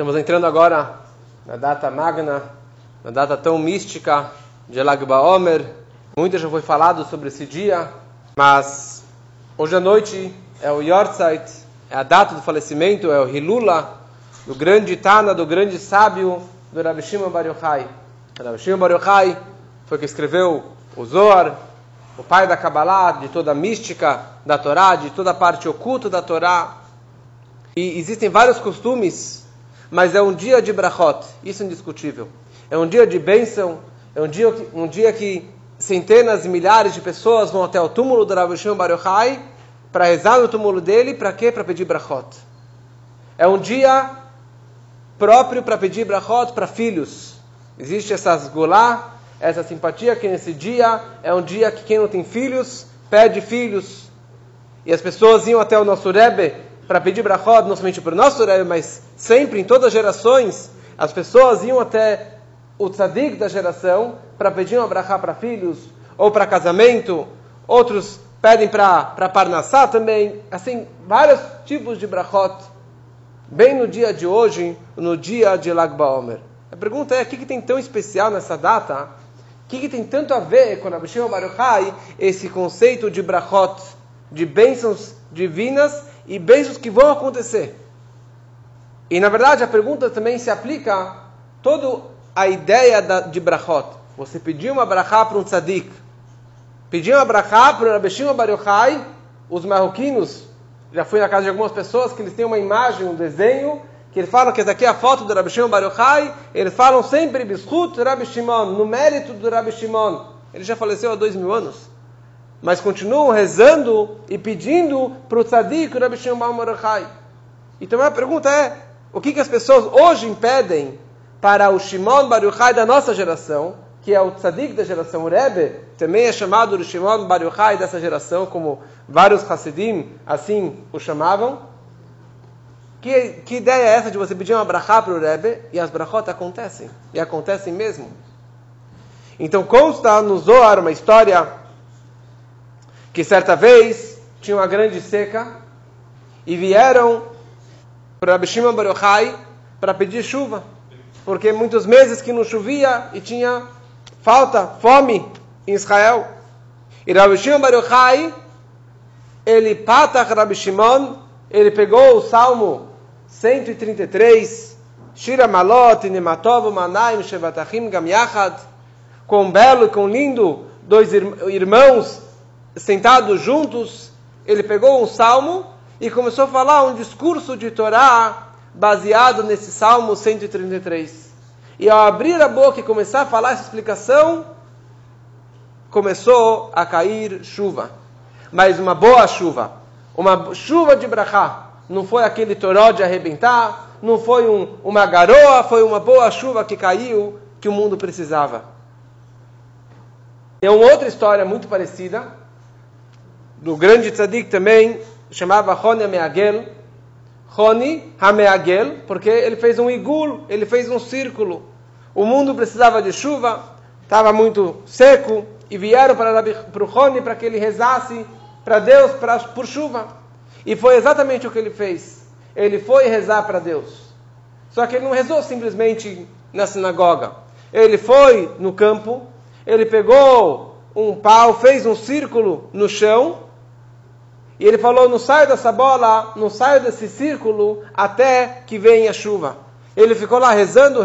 Estamos entrando agora na data magna, na data tão mística de Lag BaOmer. Muito já foi falado sobre esse dia, mas hoje à noite é o Yortzeit, é a data do falecimento, é o Hilula, do grande Tana, do grande sábio do Rabbi Shimon Bar Yochai. Rabbi Shimon Bar Yochai foi que escreveu o Zohar, o pai da Kabbalah, de toda a mística da Torá, de toda a parte oculta da Torá. E existem vários costumes, mas é um dia de brachot, isso é indiscutível. É um dia de bênção, é um dia que centenas e milhares de pessoas vão até o túmulo do Rabbi Shimon Bar Yochai para rezar no túmulo dele, para quê? Para pedir brachot. É um dia próprio para pedir brachot para filhos. Existe essa sgulá, essa simpatia que nesse dia é um dia que quem não tem filhos, pede filhos. E as pessoas iam até o nosso Rebbe para pedir brachot, não somente para o nosso Rebbe, mas sempre, em todas as gerações, as pessoas iam até o tzadik da geração para pedir uma brachá para filhos, ou para casamento, outros pedem para parnassá também, assim, vários tipos de brachot, bem no dia de hoje, no dia de Lag BaOmer. A pergunta é, o que tem tão especial nessa data? O que tem tanto a ver com Rabbi Shimon Bar Yochai, esse conceito de brachot, de bênçãos divinas e bênçãos que vão acontecer? E na verdade a pergunta também se aplica a toda a ideia de brachot. Você pedir uma brachá para um tzadik, pedir uma brachá para o Rabbi Shimon Bar Yochai, os marroquinos, já fui na casa de algumas pessoas que eles têm uma imagem, um desenho, que eles falam que essa aqui é a foto do Rabbi Shimon Bar Yochai, eles falam sempre Bishut Rabbi Shimon, no mérito do Rabbi Shimon. Ele já faleceu há 2000 anos. Mas continuam rezando e pedindo para o tzadik, o Rabbi Shimon Bar Yochai. Então a pergunta é, o que as pessoas hoje impedem para o Shimon Bar Yochai da nossa geração, que é o tzadik da geração, o Rebbe, também é chamado de Shimon Bar Yochai dessa geração, como vários Hassidim assim o chamavam. Que ideia é essa de você pedir uma brachá para o Rebbe e as brachot acontecem? E acontecem mesmo. Então consta no Zohar uma história que certa vez tinha uma grande seca e vieram para Rabbi Shimon Bar Yochai para pedir chuva, porque muitos meses que não chovia e tinha fome em Israel. E Rabbi Shimon Bar Yochai, ele patach Rabbi Shimon, ele pegou o Salmo 133, Shira Malot, Nematov, Manaim, Shevatachim, Gam Yachad, com belo e com lindo, dois irmãos sentados juntos. Ele pegou um salmo e começou a falar um discurso de Torá baseado nesse Salmo 133. E ao abrir a boca e começar a falar essa explicação, começou a cair chuva. Mas uma boa chuva, uma chuva de brachá. Não foi aquele toró de arrebentar, não foi uma garoa, foi uma boa chuva que caiu, que o mundo precisava. Tem uma outra história muito parecida, do grande tzadik também, chamava Honi HaMe'agel. Honi HaMe'agel, porque ele fez um igul, ele fez um círculo. O mundo precisava de chuva, estava muito seco, e vieram para o Honi para que ele rezasse para Deus por chuva. E foi exatamente o que ele fez. Ele foi rezar para Deus. Só que ele não rezou simplesmente na sinagoga. Ele foi no campo, ele pegou um pau, fez um círculo no chão, e ele falou, não saio dessa bola, não saio desse círculo, até que venha a chuva. Ele ficou lá rezando,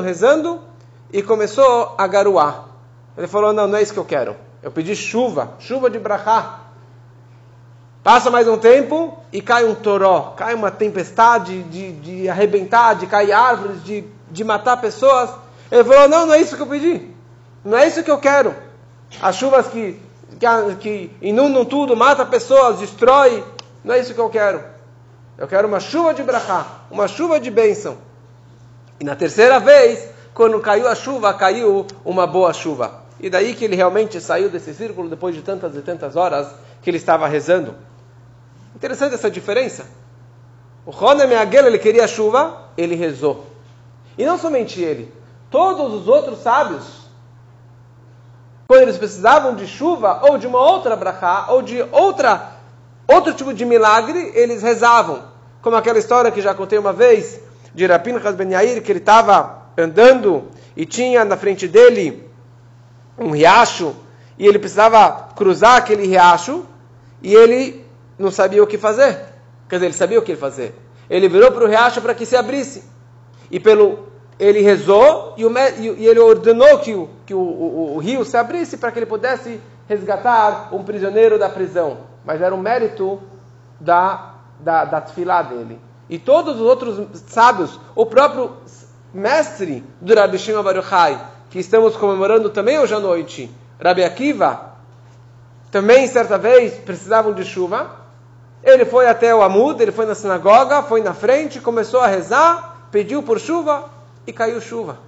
e começou a garoar. Ele falou, não é isso que eu quero. Eu pedi chuva de brachá. Passa mais um tempo e cai um toró, cai uma tempestade de arrebentar, de cair árvores, de matar pessoas. Ele falou, não é isso que eu pedi, não é isso que eu quero. As chuvas que inundam tudo, matam pessoas, destrói, não é isso que eu quero. Eu quero uma chuva de brachá, uma chuva de bênção. E na terceira vez, quando caiu a chuva, caiu uma boa chuva. E daí que ele realmente saiu desse círculo, depois de tantas e tantas horas que ele estava rezando. Interessante essa diferença. O Honi HaMe'agel, ele queria chuva, ele rezou. E não somente ele, todos os outros sábios, quando eles precisavam de chuva, ou de uma outra brachá, ou de outro tipo de milagre, eles rezavam. Como aquela história que já contei uma vez, de Rabi Pinchas ben Yair, que ele estava andando e tinha na frente dele um riacho, e ele precisava cruzar aquele riacho, e ele não sabia o que fazer. Quer dizer, ele sabia o que fazer. Ele virou para o riacho para que se abrisse. E ele rezou e ele ordenou que o rio se abrisse para que ele pudesse resgatar um prisioneiro da prisão. Mas era um mérito da tefilá dele. E todos os outros sábios, o próprio mestre do Rabi Shimon Bar Yochai, que estamos comemorando também hoje à noite, Rabi Akiva, também certa vez precisavam de chuva. Ele foi até o Amud, ele foi na sinagoga, foi na frente, começou a rezar, pediu por chuva e caiu chuva.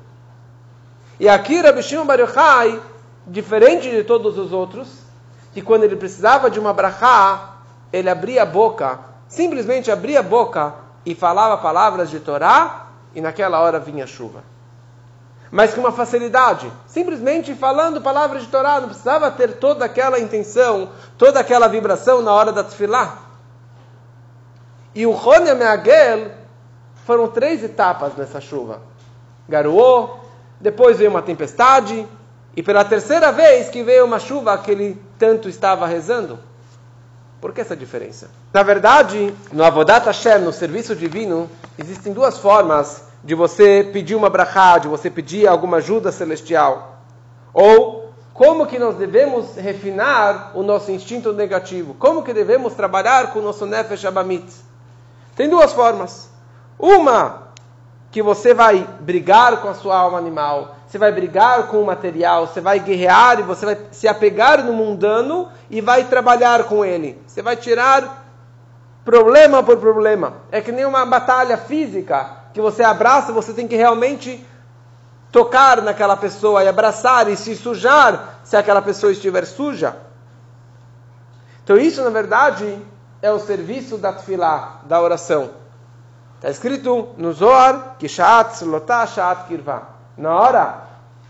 E aqui Rabi Shimon Bar Yochai, diferente de todos os outros, que quando ele precisava de uma brachá, ele abria a boca, simplesmente abria a boca e falava palavras de Torá, e naquela hora vinha chuva. Mas com uma facilidade, simplesmente falando palavras de Torá, não precisava ter toda aquela intenção, toda aquela vibração na hora da tefilá. E o Choni Meagel, foram 3 etapas nessa chuva. Garoou, depois veio uma tempestade, e pela 3ª vez que veio uma chuva que ele tanto estava rezando. Por que essa diferença? Na verdade, no Avodat Hashem, no serviço divino, existem 2 formas de você pedir uma brachá, de você pedir alguma ajuda celestial. Ou como que nós devemos refinar o nosso instinto negativo. Como que devemos trabalhar com o nosso Nefesh Abamit. Tem 2 formas. Uma, que você vai brigar com a sua alma animal, você vai brigar com o material, você vai guerrear e você vai se apegar no mundano e vai trabalhar com ele. Você vai tirar problema por problema. É que nem uma batalha física, que você abraça, você tem que realmente tocar naquela pessoa e abraçar e se sujar se aquela pessoa estiver suja. Então isso, na verdade, é o serviço da tefilá, da oração. Está escrito no Zohar que Sha'at Tzlotah Sha'at Kirvah. Na hora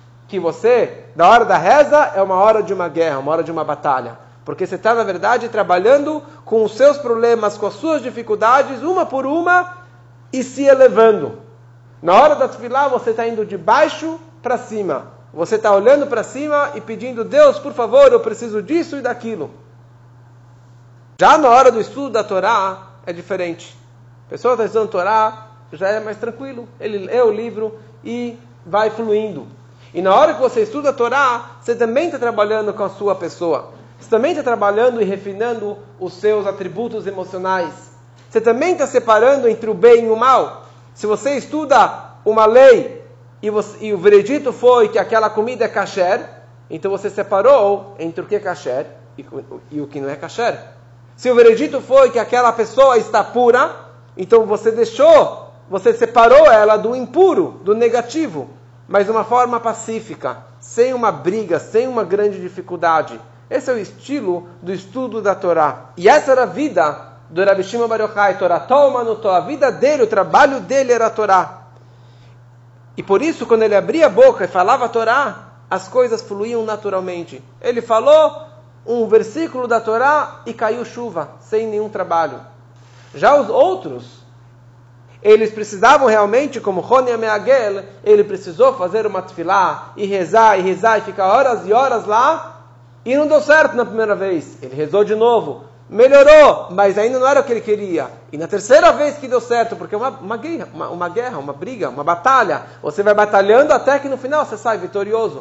da reza, é uma hora de uma guerra, uma hora de uma batalha. Porque você está, na verdade, trabalhando com os seus problemas, com as suas dificuldades, uma por uma, e se elevando. Na hora da tefilá, você está indo de baixo para cima. Você está olhando para cima e pedindo, Deus, por favor, eu preciso disso e daquilo. Já na hora do estudo da Torá, é diferente. A pessoa está estudando Torá, já é mais tranquilo. Ele lê o livro e vai fluindo. E na hora que você estuda a Torá, você também está trabalhando com a sua pessoa. Você também está trabalhando e refinando os seus atributos emocionais. Você também está separando entre o bem e o mal. Se você estuda uma lei e o veredito foi que aquela comida é kasher, então você separou entre o que é kasher e o que não é kasher. Se o veredito foi que aquela pessoa está pura, então você separou ela do impuro, do negativo, mas de uma forma pacífica, sem uma briga, sem uma grande dificuldade. Esse é o estilo do estudo da Torá. E essa era a vida do Rabi Shimon Bar Yochai, Torá Tolmanutó. A vida dele, o trabalho dele era a Torá. E por isso, quando ele abria a boca e falava a Torá, as coisas fluíam naturalmente. Ele falou um versículo da Torá e caiu chuva, sem nenhum trabalho. Já os outros, eles precisavam realmente, como Choni Meagel, ele precisou fazer uma tefilá e rezar e ficar horas e horas lá, e não deu certo na primeira vez. Ele rezou de novo, melhorou, mas ainda não era o que ele queria. E na 3ª vez que deu certo, porque é uma guerra, uma briga, uma batalha. Você vai batalhando até que no final você sai vitorioso.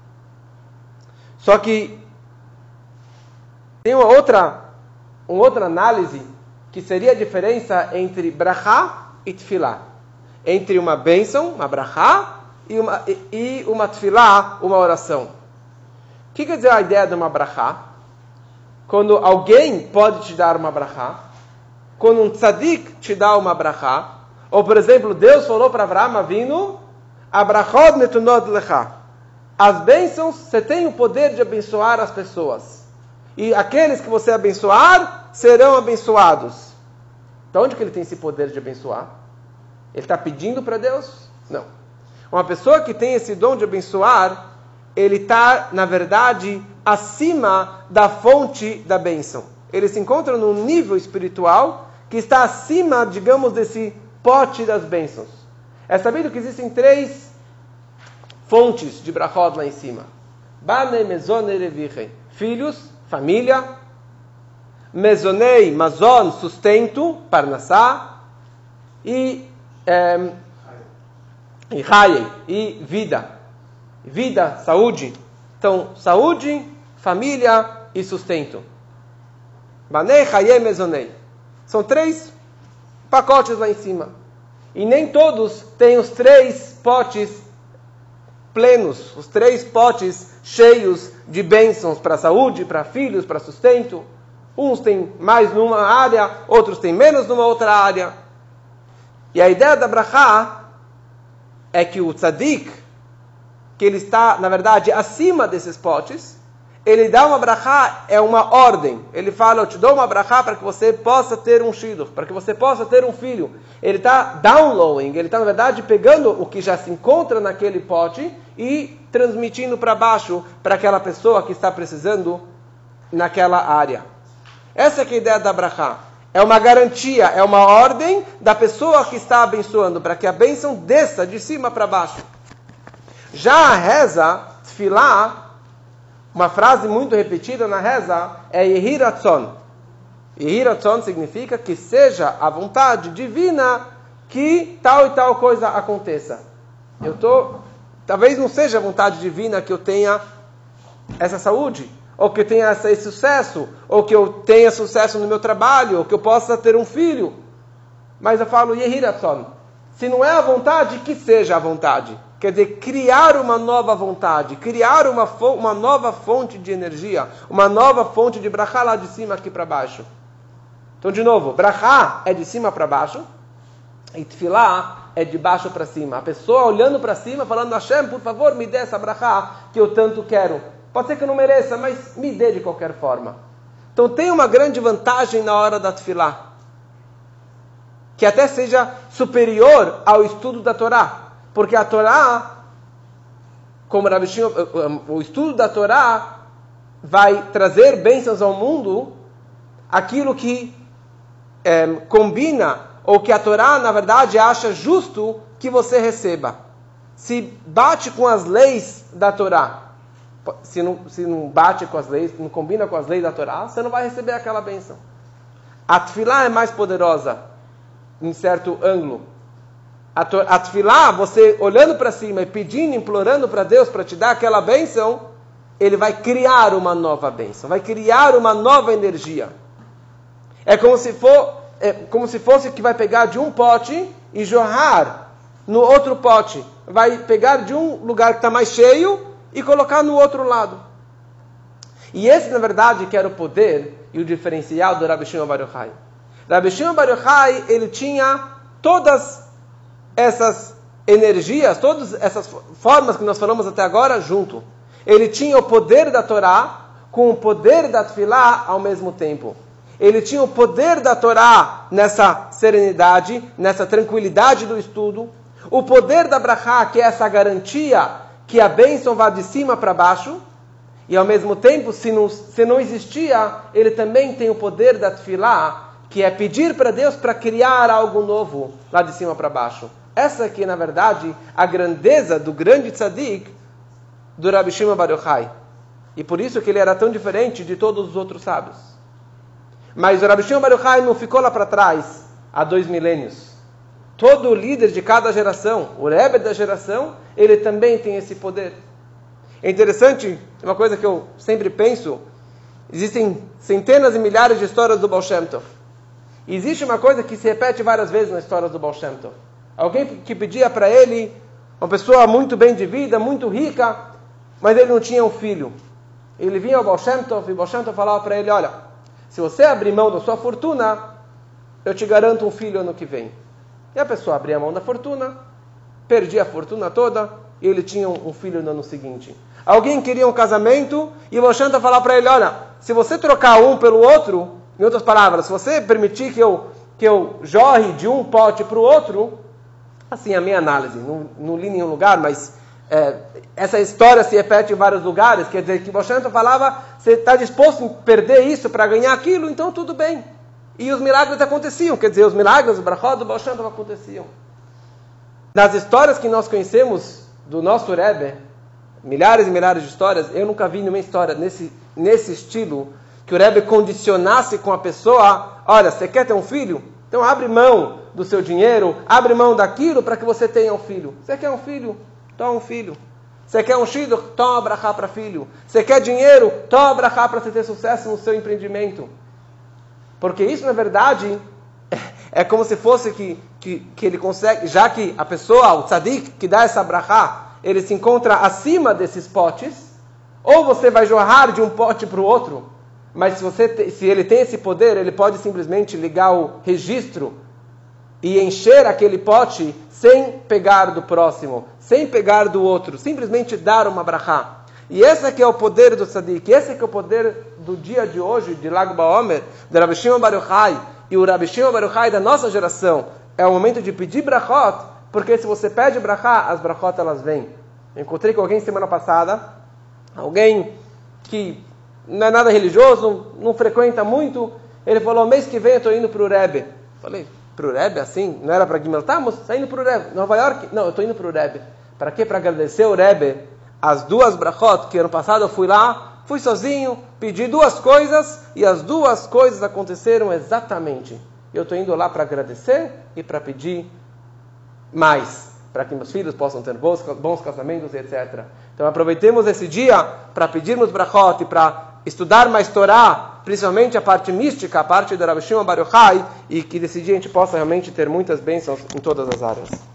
Só que tem uma outra análise, que seria a diferença entre brachá e tefilá. Entre uma bênção, uma brachá, e uma tefilá, uma oração. O que quer dizer a ideia de uma brachá? Quando alguém pode te dar uma brachá, quando um tzadik te dá uma brachá, ou por exemplo, Deus falou para Avraham Avinu, Abrachot netunot lecha. As bênçãos, você tem o poder de abençoar as pessoas. E aqueles que você abençoar, serão abençoados. De onde que ele tem esse poder de abençoar? Ele está pedindo para Deus? Não. Uma pessoa que tem esse dom de abençoar, ele está, na verdade, acima da fonte da bênção. Ele se encontra num nível espiritual que está acima, digamos, desse pote das bênçãos. É sabido que existem 3 fontes de brachot lá em cima. Bane, mezone, reviche. Filhos, família. Mezonei, mazon, sustento, parnassá. E Hayei, e vida. Vida, saúde. Então, saúde, família e sustento. Banei, Hayei, mezonei. São 3 pacotes lá em cima. E nem todos têm os 3 potes plenos, os 3 potes cheios de bênçãos para saúde, para filhos, para sustento. Uns têm mais numa área, outros têm menos numa outra área. E a ideia da brachá é que o tzadik, que ele está, na verdade, acima desses potes, ele dá uma brachá, é uma ordem. Ele fala, eu te dou uma brachá para que você possa ter um shidduch, para que você possa ter um filho. Ele está downloading, ele está, na verdade, pegando o que já se encontra naquele pote e transmitindo para baixo, para aquela pessoa que está precisando naquela área. Essa é a ideia da brachá. É uma garantia, é uma ordem da pessoa que está abençoando, para que a bênção desça de cima para baixo. Já a reza, tefilá, uma frase muito repetida na reza, é Yehi Ratzon. Yehi Ratzon significa que seja a vontade divina que tal e tal coisa aconteça. Talvez não seja a vontade divina que eu tenha essa saúde, ou que eu tenha esse sucesso, ou que eu tenha sucesso no meu trabalho, ou que eu possa ter um filho. Mas eu falo Yehi Ratzon. Se não é a vontade, que seja a vontade. Quer dizer, criar uma nova vontade, criar uma nova fonte de energia, uma nova fonte de brachá lá de cima aqui para baixo. Então, de novo, brachá é de cima para baixo, e tefilá é de baixo para cima. A pessoa olhando para cima, falando, Hashem, por favor, me dê essa brachá que eu tanto quero. Pode ser que eu não mereça, mas me dê de qualquer forma. Então tem uma grande vantagem na hora da tefilá, que até seja superior ao estudo da Torá. Porque a Torá, como Rabi Shimon, o estudo da Torá vai trazer bênçãos ao mundo, aquilo que combina, ou que a Torá, na verdade, acha justo que você receba. Se bate com as leis da Torá, se não bate com as leis, não combina com as leis da Torá, você não vai receber aquela bênção. A tefilá é mais poderosa, em certo ângulo. A tefilá, você olhando para cima e pedindo, implorando para Deus para te dar aquela bênção, Ele vai criar uma nova bênção, vai criar uma nova energia. É como se fosse que vai pegar de um pote e jorrar no outro pote. Vai pegar de um lugar que está mais cheio e colocar no outro lado. E esse, na verdade, que era o poder e o diferencial do Rabi Shimon Bar Yochai. Rabi Shimon Bar Yochai, ele tinha todas essas energias, todas essas formas que nós falamos até agora junto. Ele tinha o poder da Torá com o poder da tefilá ao mesmo tempo. Ele tinha o poder da Torá nessa serenidade, nessa tranquilidade do estudo. O poder da brachá, que é essa garantia que a bênção vá de cima para baixo. E ao mesmo tempo, se não existia, ele também tem o poder da tefilá, que é pedir para Deus para criar algo novo lá de cima para baixo. Essa aqui, na verdade, a grandeza do grande tzadik do Rabi Shimon Bar Yochai. E por isso que ele era tão diferente de todos os outros sábios. Mas o Rabi Shimon Bar Yochai não ficou lá para trás, há 2 milênios. Todo líder de cada geração, o Rebbe da geração, ele também tem esse poder. É interessante, uma coisa que eu sempre penso, existem centenas e milhares de histórias do Baal Shem Tov. E existe uma coisa que se repete várias vezes na história do Baal Shem Tov. Alguém que pedia para ele, uma pessoa muito bem de vida, muito rica, mas ele não tinha um filho. Ele vinha ao Baal Shem Tov, e o Baal Shem Tov falava para ele, olha, se você abrir mão da sua fortuna, eu te garanto um filho ano que vem. E a pessoa abria a mão da fortuna, perdia a fortuna toda, e ele tinha um filho no ano seguinte. Alguém queria um casamento, e o Baal Shem Tov falava para ele, olha, se você trocar um pelo outro, em outras palavras, se você permitir que eu jorre de um pote para o outro, assim, a minha análise, não li em nenhum lugar, mas essa história se repete em vários lugares, quer dizer que o Baal Shem Tov falava, você está disposto a perder isso para ganhar aquilo, então tudo bem. E os milagres aconteciam, quer dizer, os milagres, os brachot do Baal Shem Tov aconteciam. Nas histórias que nós conhecemos do nosso Rebbe, milhares e milhares de histórias, eu nunca vi nenhuma história nesse estilo, que o Rebbe condicionasse com a pessoa, olha, você quer ter um filho? Então abre mão do seu dinheiro, abre mão daquilo para que você tenha um filho. Você quer um filho? Toma um filho. Você quer um shidduch? Toma brachá para filho. Você quer dinheiro? Toma brachá para você ter sucesso no seu empreendimento. Porque isso, na verdade, é como se fosse que ele consegue, já que a pessoa, o tzadik, que dá essa brachá, ele se encontra acima desses potes, ou você vai jorrar de um pote para o outro, mas se ele tem esse poder, ele pode simplesmente ligar o registro e encher aquele pote sem pegar do próximo, sem pegar do outro, simplesmente dar uma brachá. E esse aqui é o poder do tzadik, esse aqui é o poder do dia de hoje, de Lag BaOmer, de Rabbi Shimon Bar Yochai, e o Rabbi Shimon Bar Yochai da nossa geração. É o momento de pedir brachot, porque se você pede brachá, as brachot elas vêm. Eu encontrei com alguém semana passada, alguém que não é nada religioso, não frequenta muito, ele falou, mês que vem eu estou indo para o Rebbe. Falei, para o Rebbe assim? Não era para Gimel Tammuz? Está indo para o Rebbe. Nova York? Não, eu estou indo para o Rebbe. Para quê? Para agradecer o Rebbe as 2 brachot, que ano passado eu fui lá, fui sozinho, pedi 2 coisas, e as 2 coisas aconteceram exatamente. Eu estou indo lá para agradecer e para pedir mais, para que meus filhos possam ter bons casamentos, etc. Então aproveitemos esse dia para pedirmos brachot e para estudar mais Torá, principalmente a parte mística, a parte do Rabbi Shimon Bar Yochai, e que desse dia a gente possa realmente ter muitas bênçãos em todas as áreas.